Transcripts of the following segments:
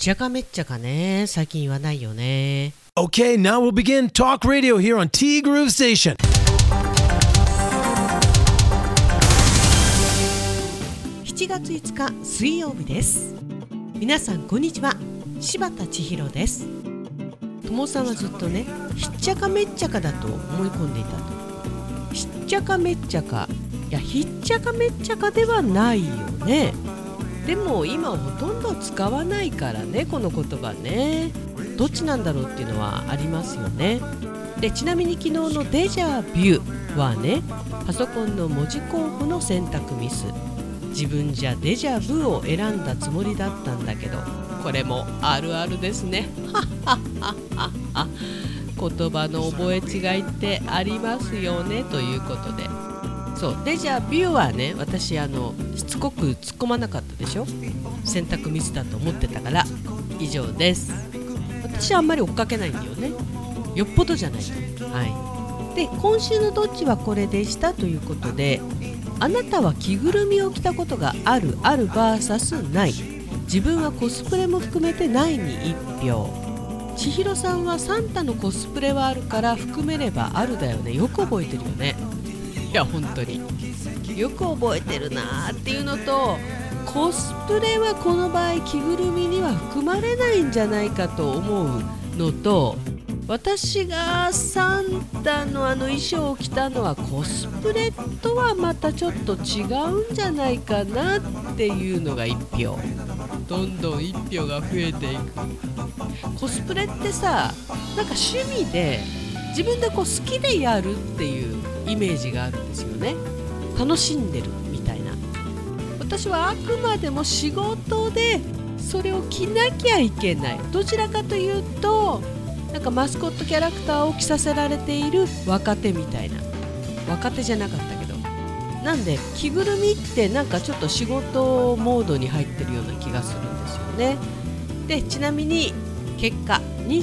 ちゃかめっちゃかね、最近言わないよね。 Okay, now we'll begin Talk Radio here on T Groove Station. 7月5日水曜日です。皆さんこんにちは、柴田千尋です。友さんはずっとね、ひっちゃかめっちゃかだと思い込んでいたと。ひっちゃかめっちゃか、いやひっちゃかめっちゃかではないよね。でも今ほとんど使わないからね、この言葉ね。どっちなんだろうっていうのはありますよね。で、ちなみに昨日のデジャビューはね、パソコンの文字候補の選択ミス。自分じゃデジャブを選んだつもりだったんだけど、これもあるあるですね。言葉の覚え違いってありますよね、ということで。そう、デジャビューはね、私しつこく突っ込まなかったでしょ。選択ミスだと思ってたから。以上です。私はあんまり追っかけないんだよね、よっぽどじゃないと。はい。で、今週のどっちはこれでしたということで、あなたは着ぐるみを着たことがある vs ない。自分はコスプレも含めてないに1票。千尋さんはサンタのコスプレはあるから含めればあるだよね。よく覚えてるよね。いや本当によく覚えてるなっていうのと、コスプレはこの場合着ぐるみには含まれないんじゃないかと思うのと、私がサンタの衣装を着たのはコスプレとはまたちょっと違うんじゃないかなっていうのが1票。どんどん1票が増えていく。コスプレってさ、なんか趣味で自分で好きでやるっていうイメージがあるんですよね。楽しんでるみたいな。私はあくまでも仕事でそれを着なきゃいけない。どちらかというと、なんかマスコットキャラクターを着させられている若手みたいな。若手じゃなかったけど、なんで着ぐるみってなんかちょっと仕事モードに入ってるような気がするんですよね。で、ちなみに結果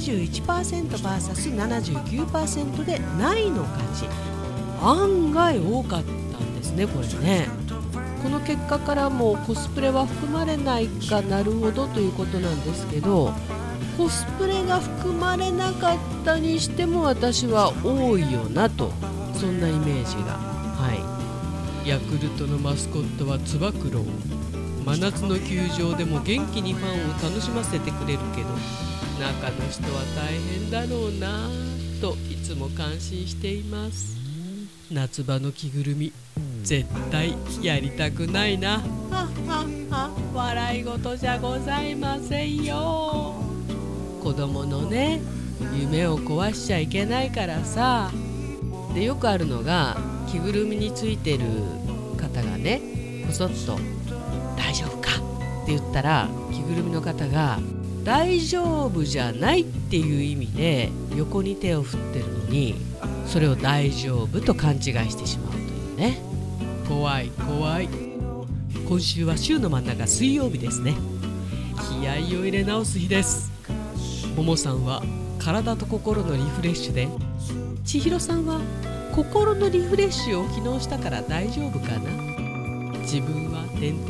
21%vs79% でないの勝ち。案外多かったんですね、これね。この結果からもコスプレは含まれないかなるほどということなんですけど、コスプレが含まれなかったにしても私は多いよなと、そんなイメージが。はい。ヤクルトのマスコットはつば九郎。真夏の球場でも元気にファンを楽しませてくれるけど、中の人は大変だろうなといつも感心しています。夏場の着ぐるみ絶対やりたくないな。笑い事じゃございませんよ。子供のね、夢を壊しちゃいけないからさ。で、よくあるのが、着ぐるみについてる方がね、こそっと大丈夫かって言ったら、着ぐるみの方が大丈夫じゃないっていう意味で横に手を振ってるのに、それを大丈夫と勘違いしてしまうというね。怖い怖い。今週は週の真ん中水曜日ですね。気合を入れ直す日です。ももさんは体と心のリフレッシュで、千尋さんは心のリフレッシュを昨日したから大丈夫かな。自分は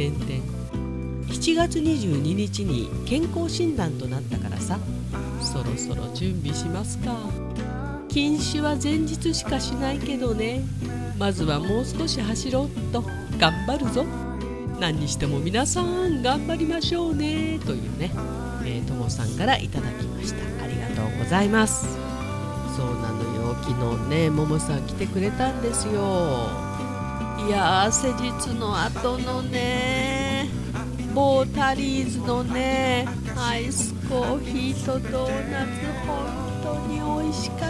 7月22日に健康診断となったからさ、そろそろ準備しますか。禁酒は前日しかしないけどね、まずはもう少し走ろうと頑張るぞ。何にしても皆さん頑張りましょうねというね、ともさんからいただきました。ありがとうございます。そうなのよ、昨日ね、ももさん来てくれたんですよ。いやー、施術の後のね、ボータリーズのね、アイスコーヒーとドーナツ、本当に美味しかった。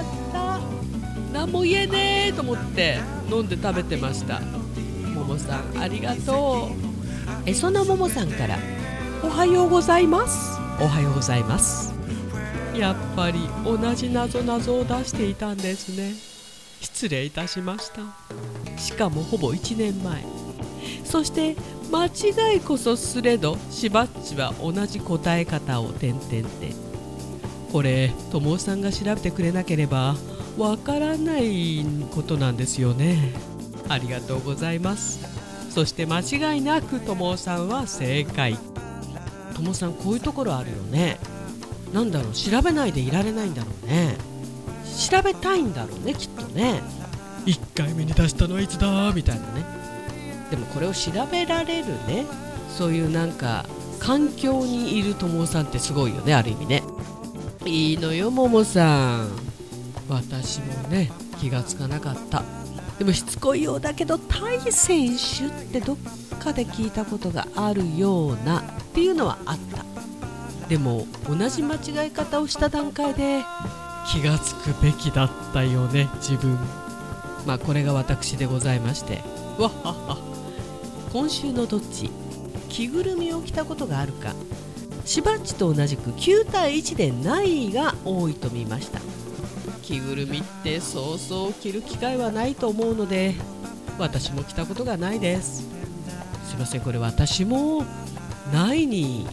何も言えねえと思って飲んで食べてました。ももさんありがとう。そんなももさんからおはようございます。おはようございます。やっぱり同じ謎を出していたんですね。失礼いたしました。しかもほぼ1年前。そして間違いこそすれど、しばっちは同じ答え方をこれ、ともさんが調べてくれなければわからないことなんですよね。ありがとうございます。そして間違いなくともさんは正解。とともさんこういうところあるよね。なんだろう、調べないでいられないんだろうね。調べたいんだろうね、きっとね。1回目に出したのはいつだみたいなね。でもこれを調べられるね、そういうなんか環境にいるともさんってすごいよね、ある意味ね。いいのよももさん、私もね気がつかなかった。でもしつこいようだけどタイ選手ってどっかで聞いたことがあるようなっていうのはあった。でも同じ間違い方をした段階で気がつくべきだったよね、自分。まあこれが私でございまして、わっはっは。今週のどっち、着ぐるみを着たことがあるか。しばっちと同じく9対1でないが多いと見ました。着ぐるみってそうそう着る機会はないと思うので、私も着たことがないです。すいません、これ私もないに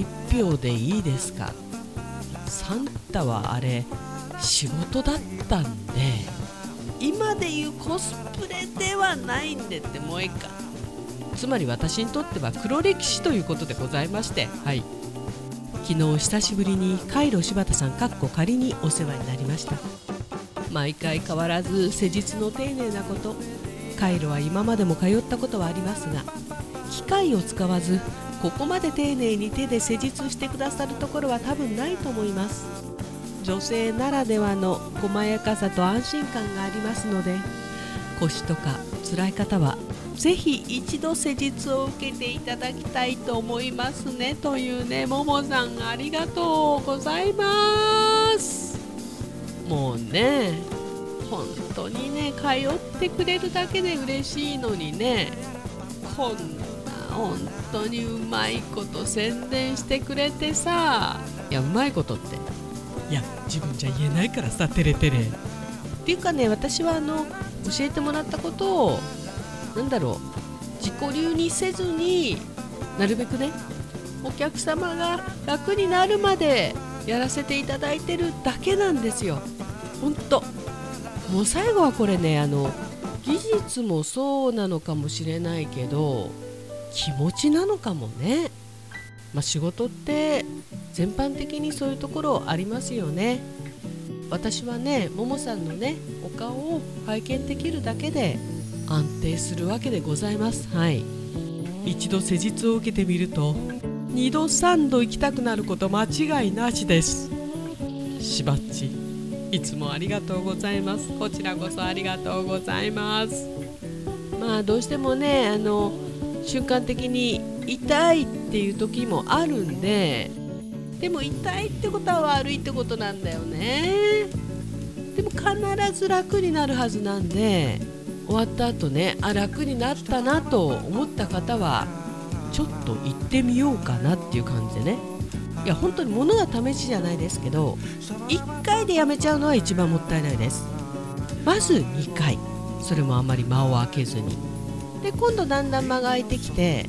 1票でいいですか。サンタはあれ仕事だったんで、今でいうコスプレではないんでってもういいか。つまり私にとっては黒歴史ということでございまして、はい。昨日久しぶりにカイロ柴田さん仮にお世話になりました。毎回変わらず施術の丁寧なこと。カイロは今までも通ったことはありますが、機械を使わずここまで丁寧に手で施術してくださるところは多分ないと思います。女性ならではの細やかさと安心感がありますので、腰とか辛い方はぜひ一度施術を受けていただきたいと思いますね、というね。ももさんありがとうございます。もうね本当にね通ってくれるだけで嬉しいのにね、こんな本当にうまいこと宣伝してくれてさ。いやうまいことって、いや自分じゃ言えないからさ、テレテレっていうかね、私は教えてもらったことをなんだろう、自己流にせずになるべくねお客様が楽になるまでやらせていただいてるだけなんですよ。ほんともう最後はこれね、技術もそうなのかもしれないけど気持ちなのかもね。仕事って全般的にそういうところありますよね。私はねももさんのねお顔を拝見できるだけで安定するわけでございます。はい。一度施術を受けてみると2度3度行きたくなること間違いなしです。しばっちいつもありがとうございます。こちらこそありがとうございます。どうしてもね瞬間的に痛いっていう時もあるんで、でも痛いってことは悪いってことなんだよね。でも必ず楽になるはずなんで、終わった後ね楽になったなと思った方はちょっと行ってみようかなっていう感じでね。いや本当に物が試しじゃないですけど、1回でやめちゃうのは一番もったいないです。まず2回、それもあんまり間を空けずに、で今度だんだん間が空いてきて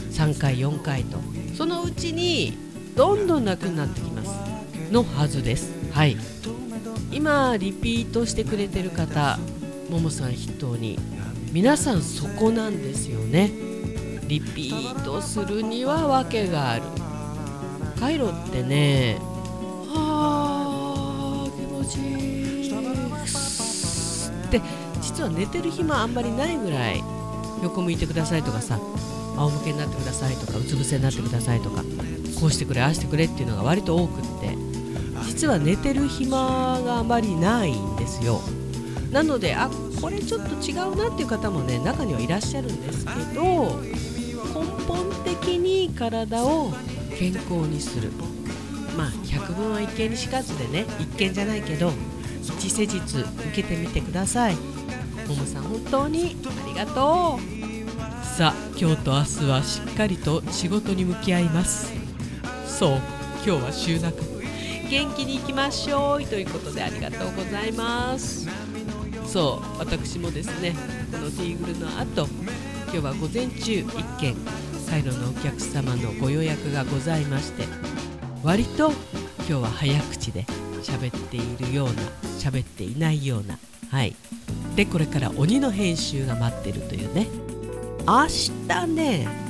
3回4回と、そのうちにどんどん楽になってきますのはずです。はい。今リピートしてくれてる方、ももさん筆頭に皆さんそこなんですよね。リピートするには訳がある。カイロってね、気持ちいいって実は寝てる暇あんまりないぐらい、横向いてくださいとかさ、仰向けになってくださいとか、うつ伏せになってくださいとか、こうしてくれああしてくれっていうのが割と多くって、実は寝てる暇があまりないんですよ。なのでこれちょっと違うなっていう方もね中にはいらっしゃるんですけど、根本的に体を健康にする、百聞は一見にしかずでね、一見じゃないけど一施術受けてみてください。ももさん本当にありがとう。さあ今日と明日はしっかりと仕事に向き合います。そう、今日は週中元気にいきましょうということでありがとうございます。そう、私もですねこのティーグルの後、今日は午前中1件カイロのお客様のご予約がございまして、割と今日は早口で喋っているような喋っていないような、はい。でこれから鬼の編集が待ってるというね。明日ね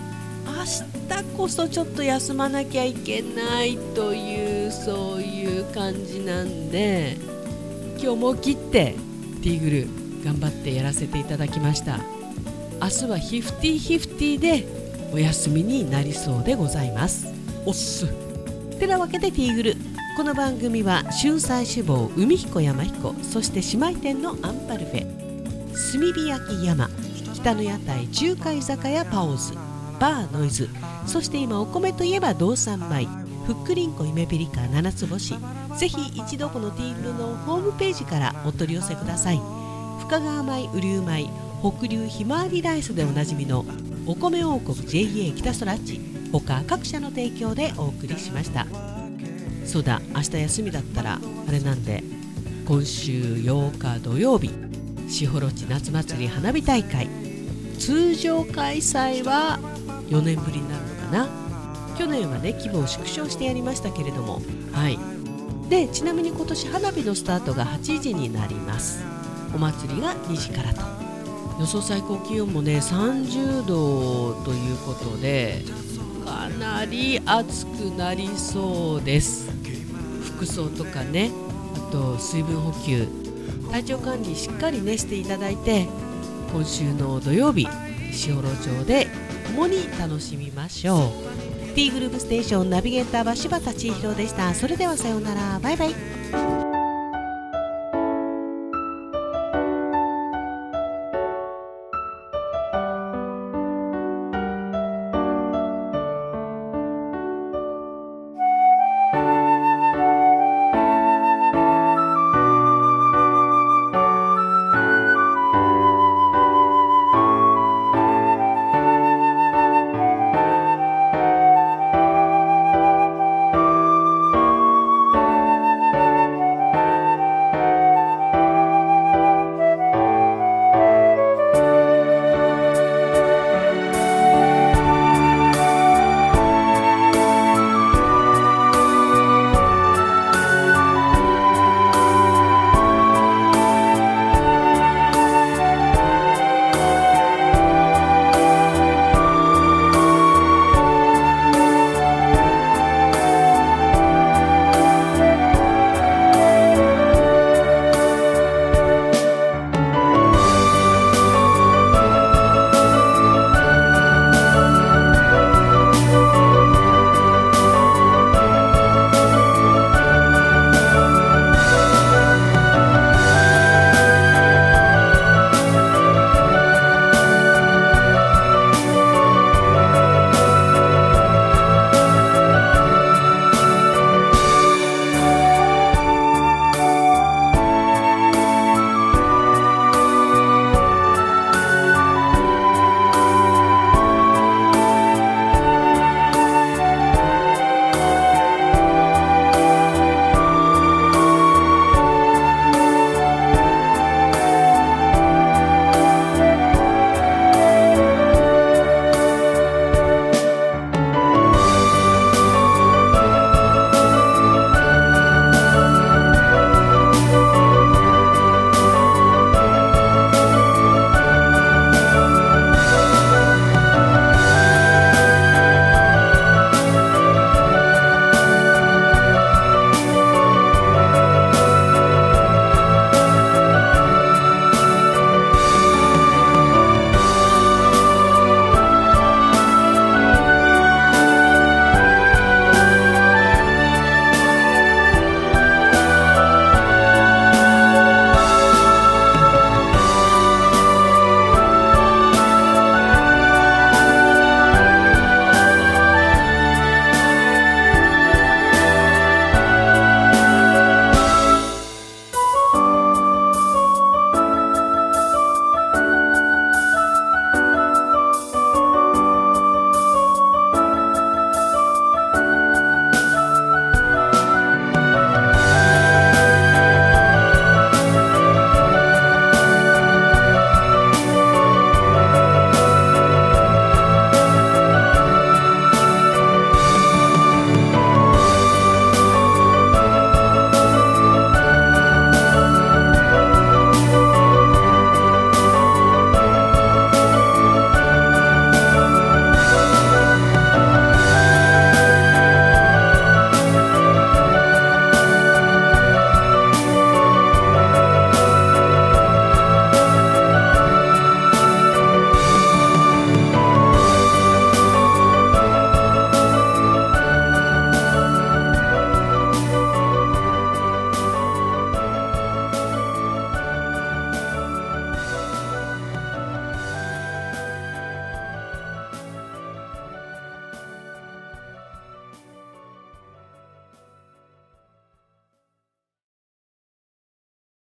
明日こそちょっと休まなきゃいけないというそういう感じなんで、今日も切ってティーグル頑張ってやらせていただきました。明日は50-50でお休みになりそうでございます。おっす。てなわけでティーグル、この番組は春菜志望海彦山彦、そして姉妹店のアンパルフェ、炭火焼き山、北の屋台中華居酒屋パオズ、バーノイズ、そして今お米といえば道産米、ふっくりんこ夢ピリカ7つ星。ぜひ一度このティーグルのホームページからお取り寄せください。深川米、雨竜米、北流ひまわりライスでおなじみのお米王国 JA 北そらっち、他各社の提供でお送りしました。そうだ、明日休みだったらあれなんで、今週8日土曜日、士幌地夏祭り花火大会、通常開催は4年ぶりになるのかな。去年はね規模を縮小してやりましたけれども、はい。でちなみに今年花火のスタートが8時になります。お祭りが2時からと。予想最高気温もね30度ということで、かなり暑くなりそうです。服装とかね、あと水分補給、体調管理しっかりねしていただいて、今週の土曜日士幌町で共に楽しみましょう。 T グループステーションナビゲーターは柴田千尋でした。それではさようなら、バイバイ。